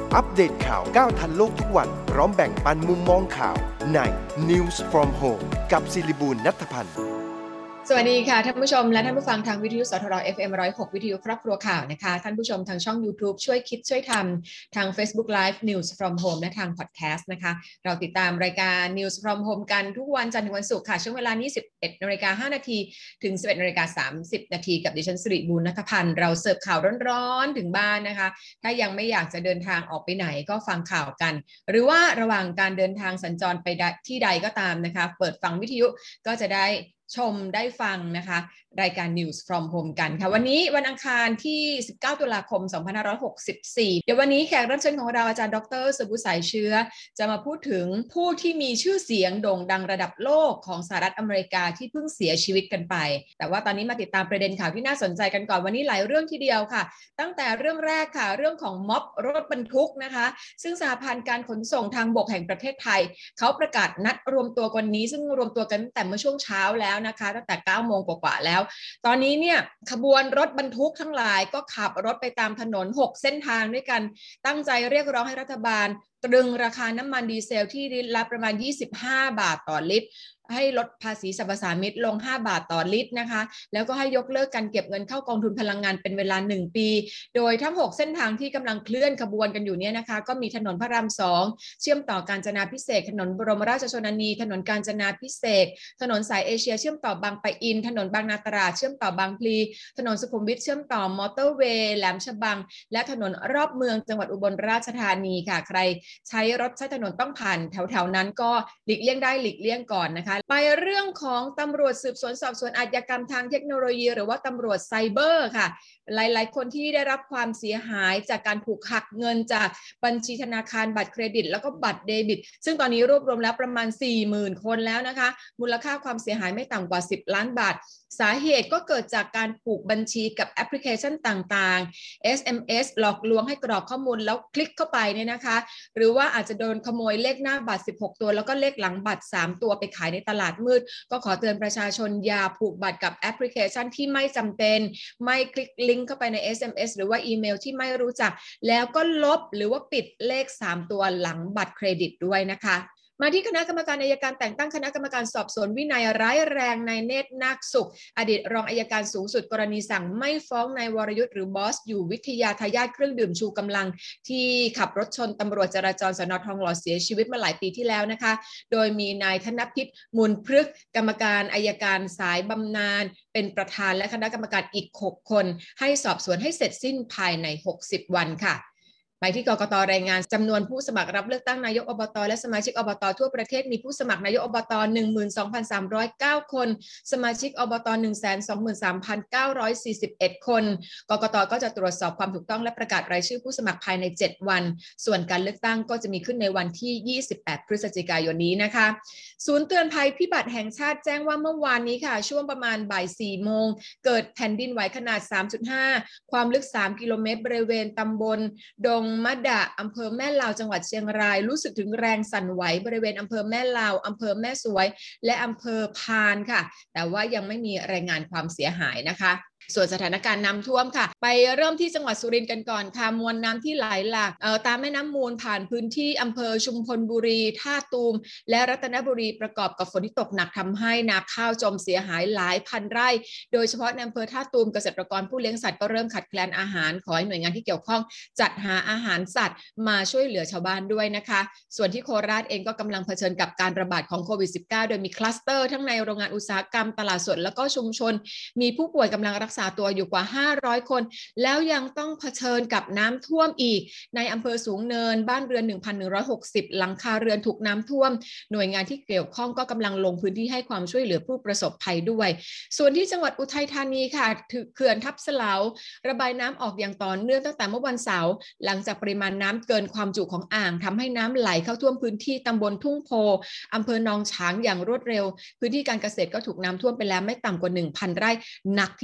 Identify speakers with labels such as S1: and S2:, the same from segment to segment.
S1: อัปเดตข่าวก้าวทันโลกทุกวันพร้อมแบ่งปันมุมมองข่าวใน News from Home กับศิริบูลย์ ณัฐพันธ์
S2: สวัสดีค่ะท่านผู้ชมและท่านผู้ฟังทางวิทยุสทร FM 106 วิทยุครอบครัวข่าวนะคะท่านผู้ชมทางช่อง YouTube ช่วยคิดช่วยทำทาง Facebook Live News from Home และทาง Podcast นะคะเราติดตามรายการ News from Home กันทุกวันจันทร์ถึงวันศุกร์ค่ะช่วงเวลานี้ 11:05 น.ถึง 11:30 น.กับดิฉันสิริบูลย์ ณัฐพันธ์เราเสิร์ฟข่าวร้อนๆถึงบ้านนะคะถ้ายังไม่อยากจะเดินทางออกไปไหนก็ฟังข่าวกันหรือว่าระหว่างการเดินทางสัญจรไปที่ใดก็ตามนะคะเปิดฟังวิทยุก็จะได้ชมได้ฟังนะคะรายการ News from Home กันค่ะวันนี้วันอังคารที่19ตุลาคม2564เดี๋ยววันนี้แขกรับเชิญของเราอาจารย์ดร.สุบุษย์ สายเชื้อจะมาพูดถึงผู้ที่มีชื่อเสียงโด่งดังระดับโลกของสหรัฐอเมริกาที่เพิ่งเสียชีวิตกันไปแต่ว่าตอนนี้มาติดตามประเด็นข่าวที่น่าสนใจกันก่อนวันนี้หลายเรื่องทีเดียวค่ะตั้งแต่เรื่องแรกค่ะเรื่องของม็อบรถบรรทุกนะคะซึ่งสหพันธ์การขนส่งทางบกแห่งประเทศไทยเขาประกาศนัดรวมตัวกันนี้ซึ่งรวมตัวกันตั้งแต่เมื่อช่วงเช้าแล้วนะคะตั้งแต่ 9 โมงกว่าๆแล้วตอนนี้เนี่ยขบวนรถบรรทุกทั้งหลายก็ขับรถไปตามถนน6เส้นทางด้วยกันตั้งใจเรียกร้องให้รัฐบาลตรึงราคาน้ำมันดีเซลที่ลิตรละประมาณ25 บาทต่อลิตรให้ลดภาษีสรรพสามิตลง5 บาทต่อลิตรนะคะแล้วก็ให้ยกเลิกการเก็บเงินเข้ากองทุนพลังงานเป็นเวลา1 ปีโดยทั้ง6เส้นทางที่กำลังเคลื่อนขบวนกันอยู่เนี่ยนะคะก็มีถนนพระราม2เชื่อมต่อกาญจนาภิเษกถนนบรมราชชนนีถนนกาญจนาภิเษกถนนสายเอเชียเชื่อมต่อบางปะอินถนนบางนาตราดเชื่อมต่อบางพลีถนนสุขุมวิทเชื่อมต่อมอเตอร์เวย์แหลมฉบังและถนนรอบเมืองจังหวัดอุบลราชธานีค่ะใครใช้รถใช้ถนนต้องผ่านแถวๆนั้นก็หลีกเลี่ยงได้หลีกเลี่ยงก่อนนะคะไปเรื่องของตำรวจสืบสวนสอบสวนอาชญากรรมทางเทคโนโลยีหรือว่าตำรวจไซเบอร์ค่ะหลายๆคนที่ได้รับความเสียหายจากการถูกหักเงินจากบัญชีธนาคารบัตรเครดิตแล้วก็บัตรเดบิตซึ่งตอนนี้รวบรวมแล้วประมาณ 40,000 คนแล้วนะคะมูลค่าความเสียหายไม่ต่ำกว่า10 ล้านบาทสาเหตุก็เกิดจากการผูกบัญชีกับแอปพลิเคชันต่างๆ SMS หลอกลวงให้กรอกข้อมูลแล้วคลิกเข้าไปเนี่ยนะคะหรือว่าอาจจะโดนขโมยเลขหน้าบัตร16 ตัวแล้วก็เลขหลังบัตร3 ตัวไปขายในตลาดมืดก็ขอเตือนประชาชนอย่าผูกบัตรกับแอปพลิเคชันที่ไม่จำเป็นไม่คลิกลิงก์เข้าไปใน SMS หรือว่าอีเมลที่ไม่รู้จักแล้วก็ลบหรือว่าปิดเลข3 ตัวหลังบัตรเครดิตด้วยนะคะมาที่คณะกรรมการอัยการแต่งตั้งคณะกรรมการสอบสวนวินัยร้ายแรงนายเนตรนาคสุขอดีตรองอัยการสูงสุดกรณีสั่งไม่ฟ้องนายวรยุทธ์หรือบอสอยู่วิทยาทายาทเครื่องดื่มชูกำลังที่ขับรถชนตำรวจจราจรสน.ทองหล่อเสียชีวิตมาหลายปีที่แล้วนะคะโดยมีนายธนพิษมูลพฤกษ์กรรมการอัยการสายบำนาญเป็นประธานและคณะกรรมการอีก6 คนให้สอบสวนให้เสร็จสิ้นภายใน60 วันค่ะไปที่กกต.รายงานจำนวนผู้สมัครรับเลือกตั้งนายกอบต.และสมาชิกอบต.ทั่วประเทศมีผู้สมัครนายกอบต. 12,309 คนสมาชิกอบต. 123,941 คนกกต.ก็จะตรวจสอบความถูกต้องและประกาศรายชื่อผู้สมัครภายใน7 วันส่วนการเลือกตั้งก็จะมีขึ้นในวันที่28 พฤศจิกายนนี้นะคะศูนย์เตือนภัยพิบัติแห่งชาติแจ้งว่าเมื่อวานนี้ค่ะช่วงประมาณบ่าย 4 โมงเกิดแผ่นดินไหวขนาด 3.5 ความลึก3 กิโลเมตรบริเวณตำบลดงมะดะอำเภอแม่ลาวจังหวัดเชียงรายรู้สึกถึงแรงสั่นไหวบริเวณอำเภอแม่ลาวอำเภอแม่สวยและอำเภอพานค่ะแต่ว่ายังไม่มีรายงานความเสียหายนะคะส่วนสถานการณ์น้ำท่วมค่ะไปเริ่มที่จังหวัดสุรินทร์กันก่อนค่ะมวลน้ำที่ไหลหลากตามแม่น้ำมูลผ่านพื้นที่อำเภอชุมพลบุรีท่าตูมและรัตนบุรีประกอบกับฝนที่ตกหนักทำให้นาข้าวจมเสียหายหลายพันไร่โดยเฉพาะในอำเภอท่าตูมเกษตรกรผู้เลี้ยงสัตว์ก็เริ่มขาดแคลนอาหารขอให้หน่วยงานที่เกี่ยวข้องจัดหาอาหารสัตว์มาช่วยเหลือชาวบ้านด้วยนะคะส่วนที่โคราชเองก็กำลังเผชิญกับการระบาดของโควิด -19 โดยมีคลัสเตอร์ทั้งในโรงงานอุตสาหกรรมตลาดสดแล้วก็ชุมชนมีผู้ป่วยกำลังรักษาตัวอยู่กว่า500 คนแล้วยังต้องเผชิญกับน้ำท่วมอีกในอำเภอสูงเนินบ้านเรือน 1,160 หลังคาเรือนถูกน้ำท่วมหน่วยงานที่เกี่ยวข้องก็กำลังลงพื้นที่ให้ความช่วยเหลือผู้ประสบภัยด้วยส่วนที่จังหวัดอุทัยธานีค่ะเขื่อนทับเสลาระบายน้ำออกอย่างต่อเนื่องตั้งแต่เมื่อวันเสาร์หลังจากปริมาณน้ำเกินความจุของอ่างทำให้น้ำไหลเข้าท่วมพื้นที่ตำบลทุ่งโพอำเภอหนองฉางอย่างรวดเร็วพื้นที่การเกษตรก็ถูกน้ำท่วมไปแล้วไม่ต่ำกว่า 1,000 ไร่หนักที่สุดใน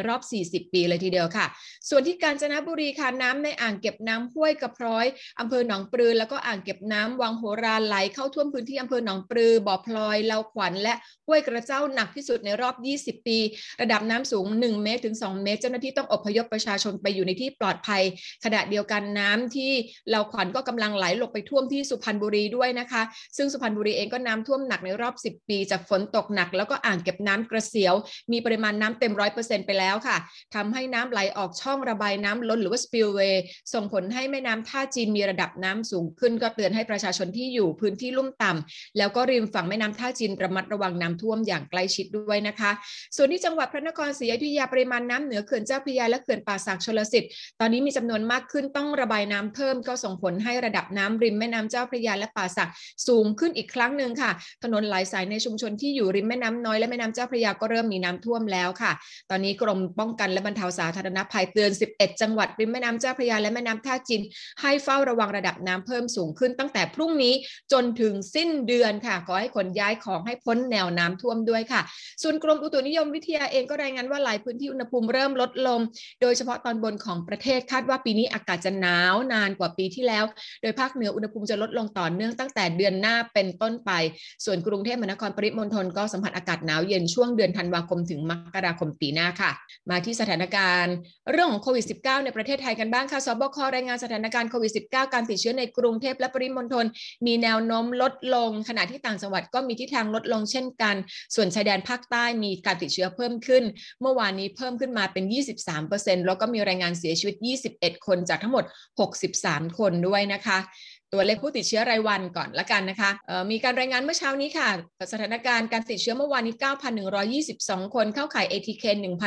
S2: รอบ40ปีเลยทีเดียวค่ะส่วนที่กาญจนบุรีค่ะน้ำในอ่างเก็บน้ำห้วยกระพร้อยอำเภอหนองปลือแล้วก็อ่างเก็บน้ำวังโหราไหลเข้าท่วมพื้นที่อำเภอหนองปลือบ่อพลอยเลาขวัญและห้วยกระเจ้าหนักที่สุดในรอบ20ปีระดับน้ำสูง1เมตรถึง2เมตรเจ้าหน้าที่ต้องอพยพประชาชนไปอยู่ในที่ปลอดภัยขณะเดียวกันน้ำที่เลาขวัญก็กำลังไหลลงไปท่วมที่สุพรรณบุรีด้วยนะคะซึ่งสุพรรณบุรีเองก็น้ำท่วมหนักในรอบ10ปีจากฝนตกหนักแล้วก็อ่างเก็บน้ำกระเสียวมีปริมาณน้ำเต็ม 100% ไปแล้วค่ะทำให้น้ำไหลออกช่องระบายน้ำล้นหรือว่า spillway ส่งผลให้แม่น้ำท่าจีนมีระดับน้ำสูงขึ้นก็เตือนให้ประชาชนที่อยู่พื้นที่ลุ่มต่ำแล้วก็ริมฝั่งแม่น้ำท่าจีนระมัดระวังน้ำท่วมอย่างใกล้ชิดด้วยนะคะส่วนที่จังหวัดพระนครศรีอยุธยาปริมาณน้ำเหนือเขื่อนเจ้าพระยาและเขื่อนป่าสักชลสิทธิ์ตอนนี้มีจำนวนมากขึ้นต้องระบายน้ำเพิ่มก็ส่งผลให้ระดับน้ำริมแม่น้ำเจ้าพระยาและป่าสักสูงขึ้นอีกครั้งหนึ่งค่ะถนนหลายสายในชุมชนที่อยู่ริมแม่น้ำน้อยและแม่น้ำเจ้าพระยาก็เริ่มมีน้ำท่วมแล้วค่ะตอนนี้กรมป้องกันและบรรเทาสาธารณภัยเตือน11จังหวัดริมแม่น้ำเจ้าพระยาและแม่น้ำท่าจีนให้เฝ้าระวังระดับน้ำเพิ่มสูงขึ้นตั้งแต่พรุ่งนี้จนถึงสิ้นเดือนค่ะขอให้ขนย้ายของให้พ้นแนวน้ำท่วมด้วยค่ะส่วนกรมอุตุนิยมวิทยาเองก็รายงานว่าหลายพื้นที่อุณหภูมิเริ่มลดลงโดยเฉพาะตอนบนของประเทศคาดว่าปีนี้อากาศจะหนาวนานกว่าปีที่แล้วโดยภาคเหนืออุณหภูมิจะลดลงต่อเนื่องตั้งแต่เดือนหน้าเป็นต้นไปส่วนกรุงเทพมหานครปริมณฑลก็สัมผัสอากาศหนาวเย็นช่วงเดือนธันวาคมถึงมกราคมปีหน้าค่ะมาที่สถานการณ์เรื่องของโควิด -19 ในประเทศไทยกันบ้างค่ะสบครายงานสถานการณ์โควิด -19 การติดเชื้อในกรุงเทพและปริมณฑลมีแนวโน้มลดลงขณะที่ต่างจังหวัดก็มีทิศทางลดลงเช่นกันส่วนชายแดนภาคใต้มีการติดเชื้อเพิ่มขึ้นเมื่อวานนี้เพิ่มขึ้นมาเป็น 23% แล้วก็มีรายงานเสียชีวิต21คนจากทั้งหมด63คนด้วยนะคะตัวเลขผู้ติดเชื้อรายวันก่อนละกันนะคะมีการรายงานเมื่อเช้านี้ค่ะสถานการณ์การติดเชื้อเมื่อวานนี้ 9,122 คนเข้าข่าย ATK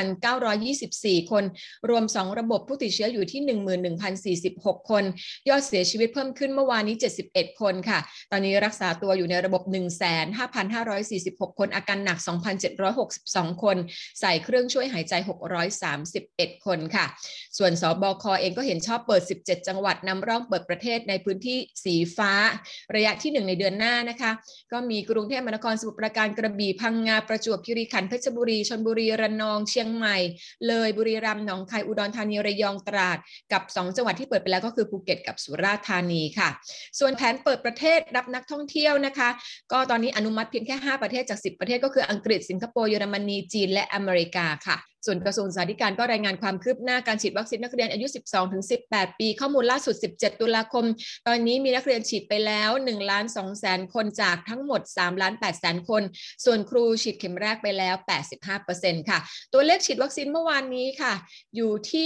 S2: 1,924 คนรวม2ระบบผู้ติดเชื้ออยู่ที่ 11,046 คนยอดเสียชีวิตเพิ่มขึ้นเมื่อวานนี้71คนค่ะตอนนี้รักษาตัวอยู่ในระบบ 15,546 คนอาการหนัก 2,762 คนใส่เครื่องช่วยหายใจ631คนค่ะส่วนสบคเองก็เห็นชอบเปิด17จังหวัดนำร่องเปิดประเทศในพื้นที่สีฟ้าระยะที่1ในเดือนหน้านะคะก็มีกรุงเทพมหานครสมุทรปราการกระบี่พังงาประจวบคีรีขันธ์เพชรบุรีชลบุรีระนองเชียงใหม่เลยบุรีรัมย์หนองคายอุดรธานีระยองตราดกับ2จังหวัดที่เปิดไปแล้วก็คือภูเก็ตกับสุราษฎร์ธานีค่ะส่วนแผนเปิดประเทศรับนักท่องเที่ยวนะคะก็ตอนนี้อนุมัติเพียงแค่5ประเทศจาก10ประเทศก็คืออังกฤษสิงคโปร์เยอรมนีจีนและอเมริกาค่ะส่วนกระทรวงศึกษาธิการก็รายงานความคืบหน้าการฉีดวัคซีนนักเรียนอายุ 12-18 ปีข้อมูลล่าสุด17ตุลาคมตอนนี้มีนักเรียนฉีดไปแล้ว 1,200,000 คนจากทั้งหมด 3,800,000 คนส่วนครูฉีดเข็มแรกไปแล้ว 85% ค่ะตัวเลขฉีดวัคซีนเมื่อวานนี้ค่ะอยู่ที่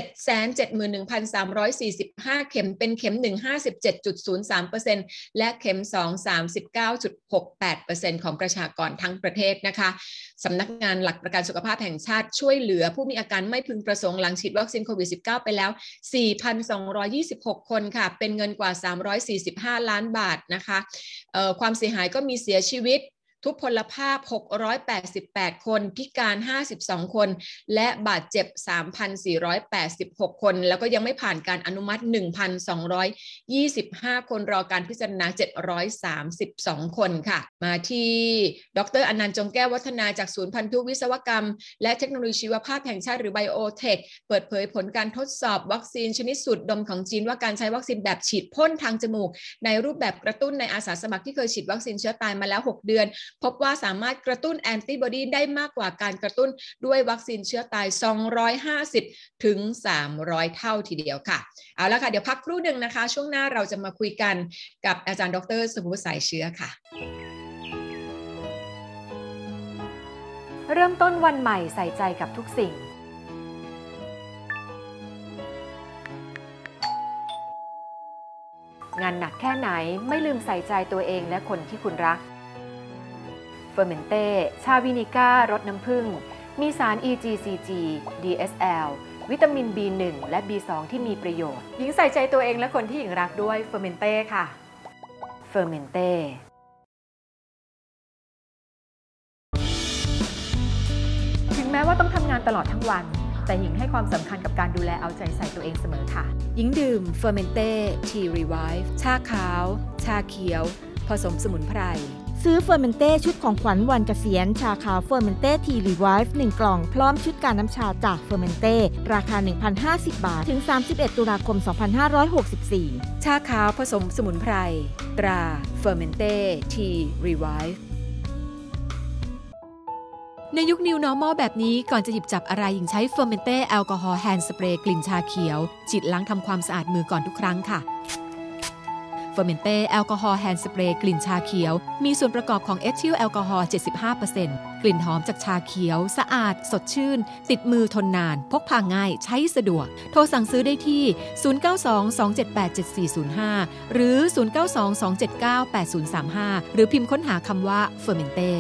S2: 771,345 เข็มเป็นเข็ม1 57.03% และเข็ม2 39.68% ของประชากรทั้งประเทศนะคะสำนักงานหลักประกันสุขภาพแห่งชาติช่วยเหลือผู้มีอาการไม่พึงประสงค์หลังฉีดวัคซีนโควิด -19 ไปแล้ว 4,226 คนค่ะเป็นเงินกว่า345ล้านบาทนะคะความเสียหายก็มีเสียชีวิตทุพพลภาพ688คนพิการ52คนและบาดเจ็บ 3,486 คนแล้วก็ยังไม่ผ่านการอนุมัติ 1,225 คนรอการพิจารณา732คนค่ะมาที่ดร.อนันต์จงแก้ววัฒนาจากศูนย์พันธุวิศวกรรมและเทคโนโลยีชีวภาพแห่งชาติหรือไบโอเทคเปิดเผยผลการทดสอบวัคซีนชนิดสูตรดมของจีนว่าการใช้วัคซีนแบบฉีดพ่นทางจมูกในรูปแบบกระตุ้นในอาสาสมัครที่เคยฉีดวัคซีนเชื้อตายมาแล้ว6เดือนพบว่าสามารถกระตุ้นแอนติบอดีได้มากกว่าการกระตุ้นด้วยวัคซีนเชื้อตาย250ถึง300เท่าทีเดียวค่ะเอาละค่ะเดี๋ยวพักครู่หนึ่งนะคะช่วงหน้าเราจะมาคุยกันกับอาจารย์ดร.สุภวุฒิสายเชื้อค่ะ
S3: เริ่มต้นวันใหม่ใส่ใจกับทุกสิ่งงานหนักแค่ไหนไม่ลืมใส่ใจตัวเองและคนที่คุณรักเฟอร์เมนเต้ชาวินิก้ารสน้ำผึ้งมีสาร EGCG DSL วิตามิน B1 และ B2 ที่มีประโยชน์หญิงใส่ใจตัวเองและคนที่หญิงรักด้วยเฟอร์เมนเต้ค่ะเฟอร์เมนเต้ถึงแม้ว่าต้องทำงานตลอดทั้งวันแต่หญิงให้ความสำคัญกับการดูแลเอาใจใส่ตัวเองเสมอค่ะหญิงดื่มเฟอร์เมนเต้ทีรีไวฟ์ชาขาวชาเขียวผสมสมุนไพร
S4: ซื้อเฟอร์เมนเต้ชุดของขวัญวันเกษียณชาขาวเฟอร์เมนเต้ทีรีไวฟ์1กล่องพร้อมชุดการน้ำชาจากเฟอร์เมนเต้ราคา 1,050 บาทถึง31ตุลาคม2564
S3: ชาขาวผสมสมุนไพรตราเฟอร์เมนเต้ทีรีไวฟ์ในยุค New Normal แบบนี้ก่อนจะหยิบจับอะไรอย่างใช้เฟอร์เมนเต้แอลกอฮอล์แฮนด์สเปรย์กลิ่นชาเขียวจิตล้างทำความสะอาดมือก่อนทุกครั้งค่ะเฟอร์เมนเต้แอลกอฮอล์แฮนด์สเปรย์กลิ่นชาเขียวมีส่วนประกอบของเอทิลแอลกอฮอล์ 75% กลิ่นหอมจากชาเขียวสะอาดสดชื่นติดมือทนนานพกพาง่ายใช้สะดวกโทรสั่งซื้อได้ที่ 0922787405 หรือ 0922798035 หรือพิมพ์ค้นหาคำว่าเฟอร์เมนเต้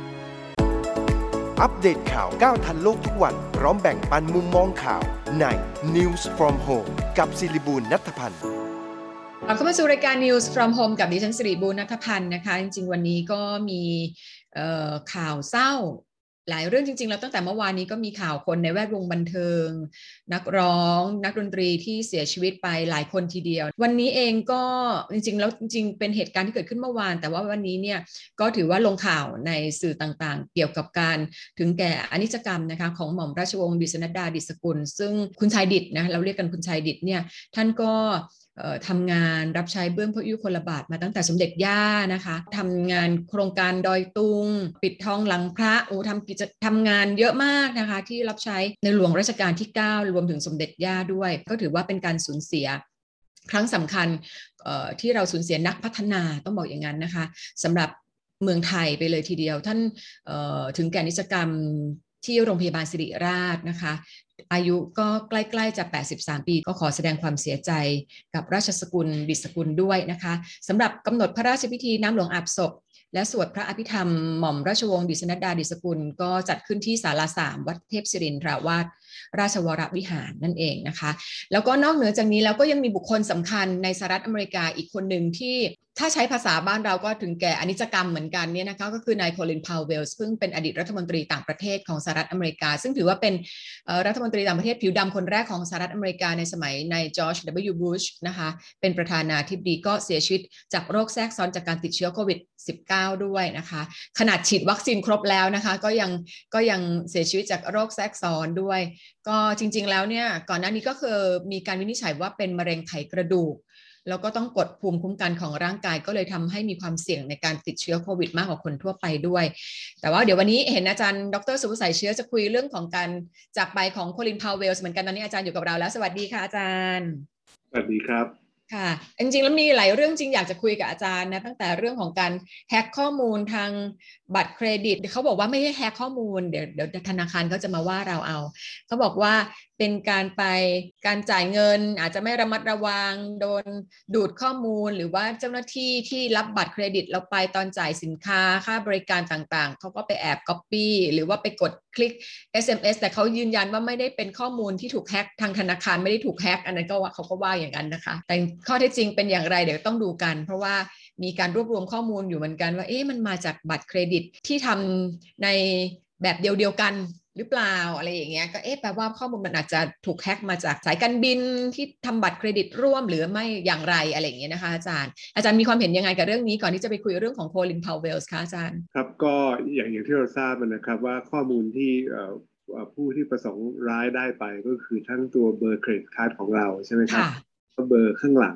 S1: อัปเดตข่าวก้าวทันโลกทุกวันพร้อมแบ่งปันมุมมองข่าวใน News from Home กับศิริบูลย์ณัฐพันธ์
S2: กลับเข้ามาสู่รายการ News from Home กับดิฉันศิริบูลย์ณัฐพันธ์นะคะจริงๆวันนี้ก็มีข่าวเศร้าหลายเรื่องจริงๆแล้วตั้งแต่เมื่อวานนี้ก็มีข่าวคนในแวดวงบันเทิงนักร้องนักดนตรีที่เสียชีวิตไปหลายคนทีเดียววันนี้เองก็จริงๆแล้วจริงๆเป็นเหตุการณ์ที่เกิดขึ้นเมื่อวานแต่ว่าวันนี้เนี่ยก็ถือว่าลงข่าวในสื่อต่างๆเกี่ยวกับการถึงแก่อนิจกรรมนะคะของหม่อมราชวงศ์ดิษฐนัดดาดิษฐกุลซึ่งคุณชายดิษฐ์นะเราเรียกกันคุณชายดิษฐ์เนี่ยท่านก็ทำงานรับใช้เบื้องพระยุคลบาทมาตั้งแต่สมเด็จย่านะคะทำงานโครงการดอยตุงปิดทองหลังพระทำงานเยอะมากนะคะที่รับใช้ในหลวงรัชกาลที่9รวมถึงสมเด็จย่าด้วยก็ถือว่าเป็นการสูญเสียครั้งสำคัญที่เราสูญเสียนักพัฒนาต้องบอกอย่างนั้นนะคะสำหรับเมืองไทยไปเลยทีเดียวท่านถึงแก่นิจกรรมที่โรงพยาบาลศิริราชนะคะอายุก็ใกล้ๆจะ83ปีก็ขอแสดงความเสียใจกับราชสกุลดิษฐกุลด้วยนะคะสำหรับกำหนดพระราชพิธีน้ำหลวงอาบศพและสวดพระอภิธรรมหม่อมราชวงศ์ดิษฐนัดดาดิษฐกุลก็จัดขึ้นที่ศาลา3วัดเทพศิรินทราวาสราชวรวิหารนั่นเองนะคะแล้วก็นอกเหนือจากนี้แล้วก็ยังมีบุคคลสำคัญในสหรัฐอเมริกาอีกคนหนึ่งที่ถ้าใช้ภาษาบ้านเราก็ถึงแก่อนิจกรรมเหมือนกันเนี่ยนะคะก็คือนายโคลิน พาวเวลส์ซึ่งเป็นอดีตรัฐมนตรีต่างประเทศของสหรัฐอเมริกาซึ่งถือว่าเป็นรัฐมนตรีต่างประเทศผิวดำคนแรกของสหรัฐอเมริกาในสมัยนายจอร์จ W. บุชนะคะเป็นประธานาธิบดีก็เสียชีวิตจากโรคแทรกซ้อนจากการติดเชื้อโควิด -19 ด้วยนะคะขนาดฉีดวัคซีนครบแล้วนะคะก็ยังเสียชีวิตจากโรคแทรกซ้อนด้วยก็จริงๆแล้วเนี่ยก่อนหน้านี้ก็คือมีการวินิจฉัยว่าเป็นมะเร็งไขกระดูกแล้วก็ต้องกดภูมิคุ้มกันของร่างกายก็เลยทำให้มีความเสี่ยงในการติดเชื้อโควิดมากกว่าคนทั่วไปด้วยแต่ว่าเดี๋ยววันนี้เห็นอาจารย์ดร.สุภาชัยเชื้อจะคุยเรื่องของการจากไปของโคลิน พาวเวลส์เหมือนกันตอนนี้อาจารย์อยู่กับเราแล้วสวัสดีค่ะอาจารย์
S5: สวัสดีครับ
S2: ค่ะจริงๆแล้วมีหลายเรื่องจริงอยากจะคุยกับอาจารย์นะตั้งแต่เรื่องของการแฮ็กข้อมูลทางบัตรเครดิตเขาบอกว่าไม่ใช่แฮ็กข้อมูลเดี๋ยวธนาคารเขาจะมาว่าเราเอาเขาบอกว่าเป็นการจ่ายเงินอาจจะไม่ระมัดระวังโดนดูดข้อมูลหรือว่าเจ้าหน้าที่ที่รับบัตรเครดิตเราไปตอนจ่ายสินค้าค่าบริการต่างๆเขาก็ไปแอบก๊อปปี้หรือว่าไปกดคลิก SMS แต่เขายืนยันว่าไม่ได้เป็นข้อมูลที่ถูกแฮ็กทางธนาคารไม่ได้ถูกแฮ็กอันนั้นก็ว่าเขาก็ว่าอย่างนั้นนะคะแต่ข้อเท็จจริงเป็นอย่างไรเดี๋ยวต้องดูกันเพราะว่ามีการรวบรวมข้อมูลอยู่เหมือนกันว่ามันมาจากบัตรเครดิตที่ทำในแบบเดียวกันหรือเปล่าอะไรอย่างเงี้ยก็แปลว่าข้อมูลมันอาจจะถูกแฮ็กมาจากสายการบินที่ทำบัตรเครดิตร่วมหรือไม่อย่างไรอะไรอย่างเงี้ยนะคะอาจารย์มีความเห็นยังไงกับเรื่องนี้ก่อนที่จะไปคุยเรื่องของโคลิน พาวเวลส์คะอาจารย์
S5: ครับก็อย่างที่เราทราบนะครับว่าข้อมูลที่ผู้ที่ประสงค์ร้ายได้ไปก็คือทั้งตัวเบอร์เครดิตการ์ดของเราใช่ไหมครับเบอร์ข้างหลัง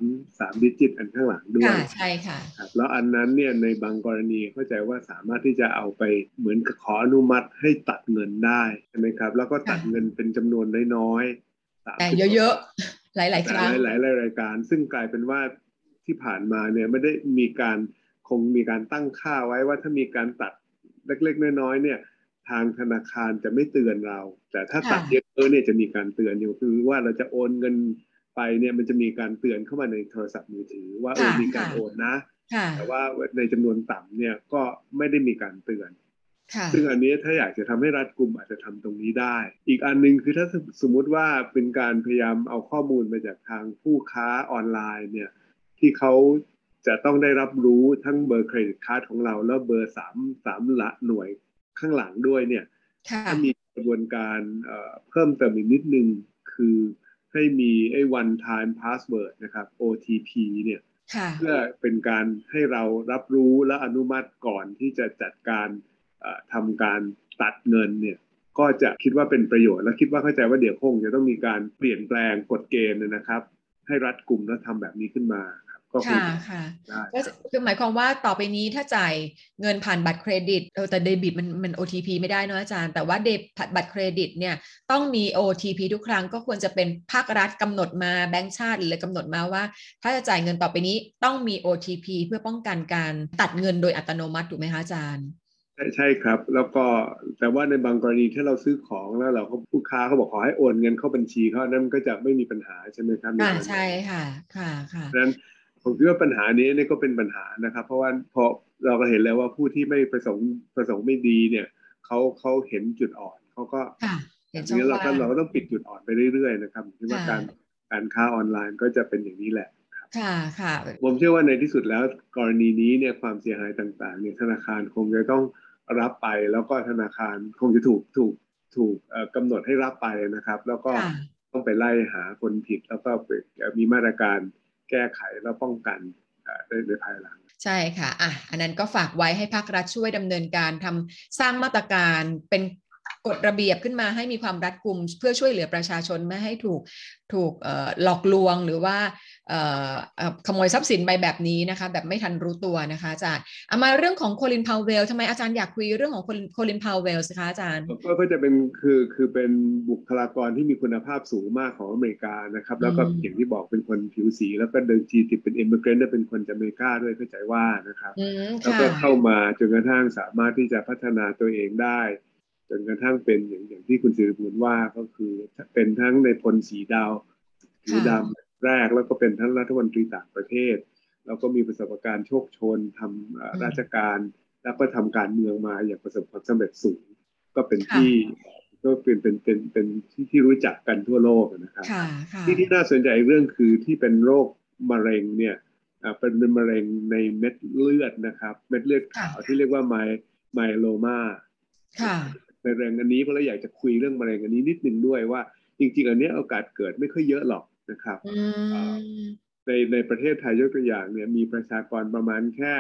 S5: 3ดิจิตอันข้างหลังด้วย
S2: ใช่ค่ะ
S5: ครับแล้วอันนั้นเนี่ยในบางกรณีเข้าใจว่าสามารถที่จะเอาไปเหมือนกับขออนุมัติให้ตัดเงินได้ใช่ไหมครับแล้วก็ตัดเงินเป็นจำนวนน้อย
S2: ๆแต่เยอะๆหลายๆครั้ง
S5: หลายรายการซึ่งกลายเป็นว่าที่ผ่านมาเนี่ยไม่ได้มีการตั้งค่าไว้ว่าถ้ามีการตัดเล็กๆน้อยๆเนี่ยทางธนาคารจะไม่เตือนเราแต่ถ้าตัดเยอะเนี่ยจะมีการเตือนอยู่คือว่าเราจะโอนเงินไปเนี่ยมันจะมีการเตือนเข้ามาในโทรศัพท์มือถือว่ามีการโอนนะแต่ว่าในจำนวนต่ำเนี่ยก็ไม่ได้มีการเตือนซึ่งอันนี้ถ้าอยากจะทำให้รัดกุมอาจจะทำตรงนี้ได้อีกอันนึงคือถ้าสมมุติว่าเป็นการพยายามเอาข้อมูลมาจากทางผู้ค้าออนไลน์เนี่ยที่เขาจะต้องได้รับรู้ทั้งเบอร์เครดิตการ์ดของเราแล้วเบอร์3ละหน่วยข้างหลังด้วยเนี่ยถ้ามีกระบวนการเพิ่มเติมอีกนิดนึงคือให้มีone time password นะครับ OTP เนี่ยเพื่อเป็นการให้เรารับรู้และอนุมัติก่อนที่จะจัดการทำการตัดเงินเนี่ยก็จะคิดว่าเป็นประโยชน์และคิดว่าเข้าใจว่าเดี๋ยวคงจะต้องมีการเปลี่ยนแปลงกฎเกณฑ์นะครับให้รัดกุมและทำแบบนี้ขึ้นมาครับก็คง
S2: ค่ะก็คือหมายความว่าต่อไปนี้ถ้าจ่ายเงินผ่านบัตรเครดิตแต่เดบิตมัน OTP ไม่ได้เนอะอาจารย์แต่ว่าบัตรเครดิตเนี่ยต้องมี OTP ทุกครั้งก็ควรจะเป็นภาครัฐกำหนดมาแบงก์ชาติหรือกำหนดมาว่าถ้าจะจ่ายเงินต่อไปนี้ต้องมี OTP เพื่อป้องกันการตัดเงินโดยอัตโนมัติถูกไหมคะอาจารย์
S5: ใช่ครับแล้วก็แต่ว่าในบางกรณีที่เราซื้อของแล้วเราผู้ค้าเขาบอกขอให้โอนเงินเข้าบัญชีเขานั่นก็จะไม่มีปัญหาใช่ไหมครับ
S2: ใช่ค่ะ
S5: ดังนั้นผมคิดว่าปัญหานี้นี่ก็เป็นปัญหานะครับเพราะว่าพอเราก็เห็นแล้วว่าผู้ที่ไม่ประสงค์ไม่ดีเนี่ยเขาเห็นจุดอ่อนเขาก็ทีนี้เราก็ต้องปิดจุดอ่อนไปเรื่อยๆนะครับคิดว่าการค้าออนไลน์ก็จะเป็นอย่างนี้แหละ
S2: ค่ะ
S5: ผมเชื่อว่าในที่สุดแล้วกรณีนี้เนี่ยความเสียหายต่างๆเนี่ยธนาคารคงจะต้องรับไปแล้วก็ธนาคารคงจะถูกกำหนดให้รับไปนะครับแล้วก็ต้องไปไล่หาคนผิดแล้วก็มีมาตรการแก้ไขและป้องกันในภายหลัง
S2: ใช่ค่ะอันนั้นก็ฝากไว้ให้ภาครัฐช่วยดำเนินการสร้างมาตรการเป็นกฎระเบียบขึ้นมาให้มีความรัดกุมเพื่อช่วยเหลือประชาชนไม่ให้ถูกหลอกลวงหรือว่าขโมยทรัพย์สินไปแบบนี้นะคะแบบไม่ทันรู้ตัวนะคะอาจารย์มาเรื่องของโคลินพาวเวลทำไมอาจารย์อยากคุยเรื่องของโคลินพาวเวลสิคะอาจารย์
S5: ก็จะเป็นคือเป็นบุคลากรที่มีคุณภาพสูงมากของอเมริกานะครับแล้วก็อย่างที่บอกเป็นคนผิวสีแล้วก็เดิมทีติดเป็นอิมมิเกรนต์เป็นคนจากอเมริกาด้วยเข้าใจว่านะครับแล้วก็เข้ามาจนกระทั่งสามารถที่จะพัฒนาตัวเองได้จนกระทั่งเป็นอย่างที่คุณศิริบุญว่าก็คือเป็นทั้งในพลสีดำแรกแล้วก็เป็นทั้งรัฐมนตรีต่างประเทศแล้วก็มีประสบการณ์โชคโชนทำราชการแล้วก็ทำการเมืองมาอย่างประสบความสำเร็จสูงก็เป็นที่ก็เป็นที่รู้จักกันทั่วโลกนะครับที่น่าสนใจเรื่องคือที่เป็นโรคมะเร็งเนี่ยเป็นมะเร็งในเม็ดเลือดนะครับเม็ดเลือดขาวที่เรียกว่าไมโลมามะเร็งอันนี้ก็เลยอยากจะคุยเรื่องมะเร็งอันนี้นิดนึงด้วยว่าจริงๆอันนี้โอกาสเกิดไม่ค่อยเยอะหรอกนะครับในประเทศไทยยกตัวอย่างเนี่ยมีประชากรประมาณแค่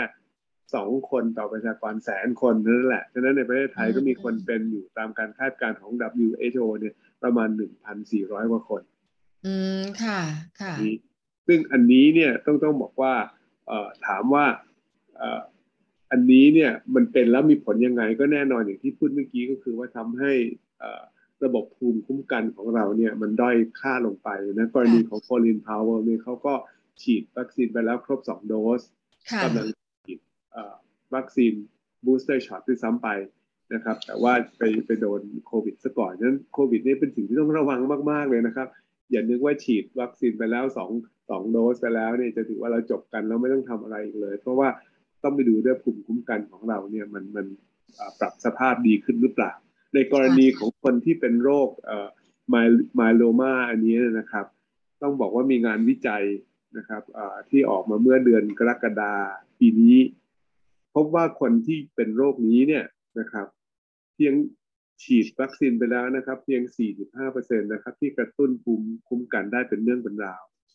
S5: 2 คนต่อประชากร100,000 คนนั่นแหละฉะนั้นในประเทศไทยก็มีคนเป็นอยู่ตามการคาดการณ์ของ WHO เนี่ยประมาณ 1,400 กว่าคน
S2: ค่ะ
S5: ซึ่งอันนี้เนี่ยต้องบอกว่าถามว่าอันนี้เนี่ยมันเป็นแล้วมีผลยังไงก็แน่นอนอย่างที่พูดเมื่อกี้ก็คือว่าทำให้ระบบภูมิคุ้มกันของเราเนี่ยมันด้อยค่าลงไปนะกรณีของโคลินพาวเวลเนี่ยเขาก็ฉีดวัคซีนไปแล้วครบ2 โดสกำลังฉีดวัคซีนบูสเตอร์ช็อตที่ซ้ำไปนะครับแต่ว่าไปโดนโควิดซะก่อนฉะนั้นโควิดนี่เป็นสิ่งที่ต้องระวังมากๆเลยนะครับอย่านึกว่าฉีดวัคซีนไปแล้ว2 โดสไปแล้วเนี่ยจะถือว่าเราจบกันแล้วไม่ต้องทำอะไรอีกเลยเพราะว่าต้องไปดูด้วยภูมิคุ้มกันของเราเนี่ยมันปรับสภาพดีขึ้นหรือเปล่าในกรณีของคนที่เป็นโรคไมโลมาอันนี้นะครับต้องบอกว่ามีงานวิจัยนะครับที่ออกมาเมื่อเดือนกรกฎาคมปีนี้พบว่าคนที่เป็นโรคนี้เนี่ยนะครับเพียงฉีดวัคซีนไปแล้วนะครับเพียง 45% นะครับที่กระตุ้นภูมิคุ้มกันได้เป็นเรื่องเป็นราว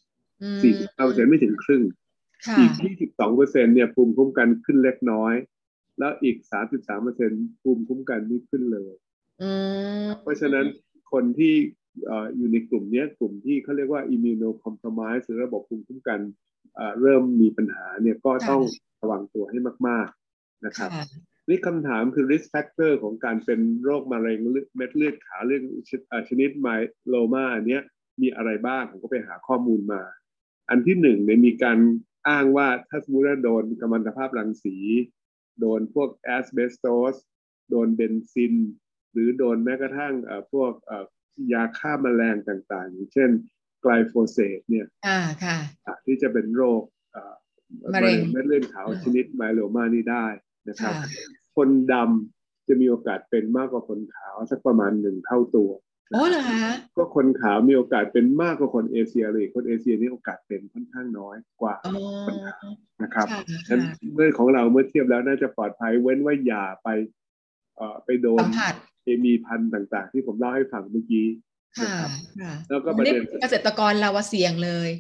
S5: 45% ไม่ถึงครึ่งอีก 22% เนี่ยภูมิคุ้มกันขึ้นเล็กน้อยแล้วอีก 33% ภูมิคุ้มกันไม่ขึ้นเลยเพราะฉะนั้นคนที่อยู่ในกลุ่มนี้กลุ่มที่เขาเรียกว่า immunocompromise หรือระบบภูมิคุ้มกันเริ่มมีปัญหาเนี่ยก็ต้องระวังตัวให้มากๆนะครับนี่คำถามคือ risk factor ของการเป็นโรคมะเร็งเม็ดเลือดขาวเรื่องชนิดไมโลมาอันนี้มีอะไรบ้างผมก็ไปหาข้อมูลมาอันที่1เนี่ยมีการอ้างว่าถ้าสมมติว่าโดนกัมมันตภาพรังสีโดนพวกแอสเบสโตสโดนเบนซินหรือโดนแม้กระทั่งพวกยาฆ่าแมลงต่างๆอย่างเช่นไกลโฟเสตเนี่ยที่จะเป็นโรคมะเร็งเม็ดเลือดขาวชนิดไมโลมานี่ได้นะครับคนดำจะมีโอกาสเป็นมากกว่าคนขาวสักประมาณ1 เท่าตัว
S2: โอ้เหรอคะ
S5: ก็คนขาวมีโอกาสเป็นมากกว่าคนเอเชียเลยคนเอเชียนี่โอกาสเป็นค่อนข้างน้อยกว่าคนขาวนะครับฉะนั้นเมื่อของเราเมื่อเทียบแล้วน่าจะปลอดภัยเว้นว่าอย่าไปโดนเคมีพันธุ์ต่างๆที่ผมเล่าให้ฟังเมื่อกี้นะครับแล้วก็ประเด็น
S2: เกษตรกรเราเสี่ยงเลย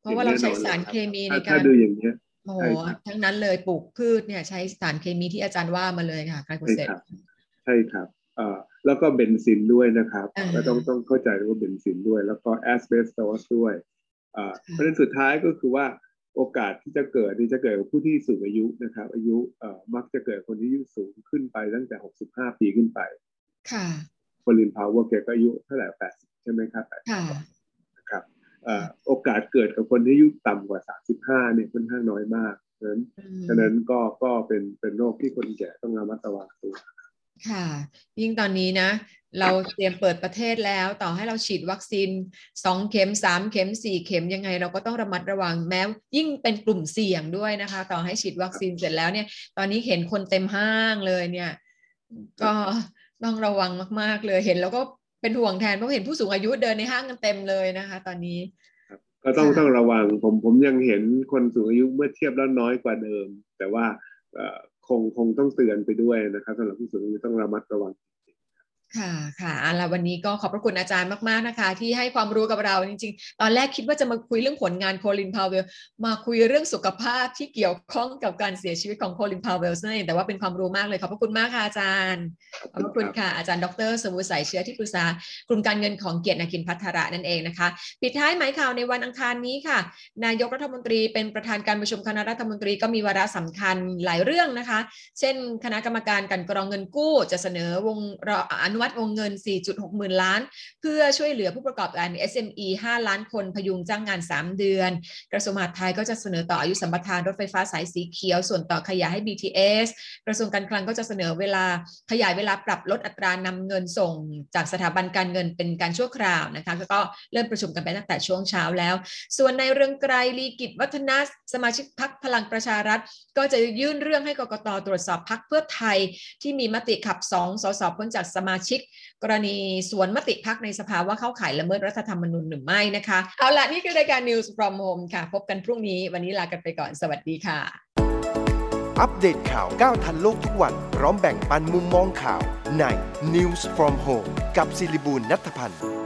S2: เพราะว่าเราใช้สารเคมีในการ
S5: ถ้าดูอย่างเงี้ย
S2: โอ้โหทั้งนั้นเลยปลูกพืชเนี่ยใช้สารเคมีที่อาจารย์ว่ามาเลยค่ะการเกษตร
S5: ใช่ครับแล้วก็เบนซินด้วยนะครับก็ต้องเข้าใจว่าเบนซินด้วยแล้วก็แอสเบสตอสด้วยเพราะฉะนั้นสุดท้ายก็คือว่าโอกาสที่จะเกิดนี่จะเกิดกับผู้ที่สูงอายุนะครับอายุมักจะเกิดคนที่อายุสูงขึ้นไปตั้งแต่65ปีขึ้นไป
S2: ค่ะ
S5: โคลินพาวเวอร์แกก็อายุเท่าไหร่80ใช่ไหมครับ
S2: ค่ะ
S5: นะครับโอกาสเกิดกับคนที่อายุต่ำกว่า35เนี่ยค่อนข้างน้อยมากฉะนั้นก็เป็นโรคที่คนแก่ต้องระมัดระวังตัว
S2: ค่ะยิ่งตอนนี้นะเราเตรียมเปิดประเทศแล้วต่อให้เราฉีดวัคซีน2เข็ม3เข็ม4เข็มยังไงเราก็ต้องระมัดระวังแม้ยิ่งเป็นกลุ่มเสี่ยงด้วยนะคะต่อให้ฉีดวัคซีนเสร็จแล้วเนี่ยตอนนี้เห็นคนเต็มห้างเลยเนี่ยก็ต้องระวังมากๆเลยเห็นแล้วก็เป็นห่วงแทนเพราะเห็นผู้สูงอายุเดินในห้างกันเต็มเลยนะคะตอนนี้
S5: ก็ต้องระวังผมยังเห็นคนสูงอายุเมื่อเทียบแล้วน้อยกว่าเดิมแต่ว่าคงต้องเตือนไปด้วยนะครับสำหรับผู้สูงอายุต้องระมัดระวัง
S2: ค่ะแล้ววันนี้ก็ขอบพระคุณอาจารย์มากๆนะคะที่ให้ความรู้กับเราจริงๆตอนแรกคิดว่าจะมาคุยเรื่องผลงานโคลินพาวเวลมาคุยเรื่องสุขภาพที่เกี่ยวข้องกับการเสียชีวิตของโคลินพาวเวลนั่นเองแต่ว่าเป็นความรู้มากเลยขอบพระคุณมากค่ะอาจารย์ขอบพระคุณค่ะอาจารย์ดร.สมบูรณ์สายเชื้อที่ปรึกษากลุ่มการเงินของเกียรตินาคินภัทระนั่นเองนะคะปิดท้ายหมายข่าวในวันอังคารนี้ค่ะนายกรัฐมนตรีเป็นประธานการประชุมคณะรัฐมนตรีก็มีวาระสำคัญหลายเรื่องนะคะเช่นคณะกรรมการกลั่นกรองเงินกู้จะเสนออนุมัติวงเงิน4.6 หมื่นล้านเพื่อช่วยเหลือผู้ประกอบการ SME 5 ล้านคนพยุงจ้างงาน3เดือนกระทรวงมหาดไทยก็จะเสนอต่ออายุสัมปทานรถไฟฟ้าสายสีเขียวส่วนต่อขยายให้ BTS กระทรวงการคลังก็จะเสนอขยายเวลาปรับลดอัตรานำเงินส่งจากสถาบันการเงินเป็นการชั่วคราวนะคะแล้วก็เริ่มประชุมกันไปตั้งแต่ช่วงเช้าแล้วส่วนในเรืองไกรลีกิจวัฒนะสมาชิกพรรคพลังประชารัฐก็จะยื่นเรื่องให้กกต.ตรวจสอบพรรคเพื่อไทยที่มีมติขับ2 สส.พ้นจากสมาชิกกรณีสวนมติพรรคในสภาว่าเข้าข่ายละเมิดรัฐธรรมนูญหรือไม่นะคะเอาล่ะนี่คือรายการ News from Home ค่ะพบกันพรุ่งนี้วันนี้ลากันไปก่อนสวัสดีค่ะ
S1: อัปเดตข่าวก้าวทันโลกทุกวันพร้อมแบ่งปันมุมมองข่าวใน News from Home กับศิริบูลย์ ณัฐพันธ์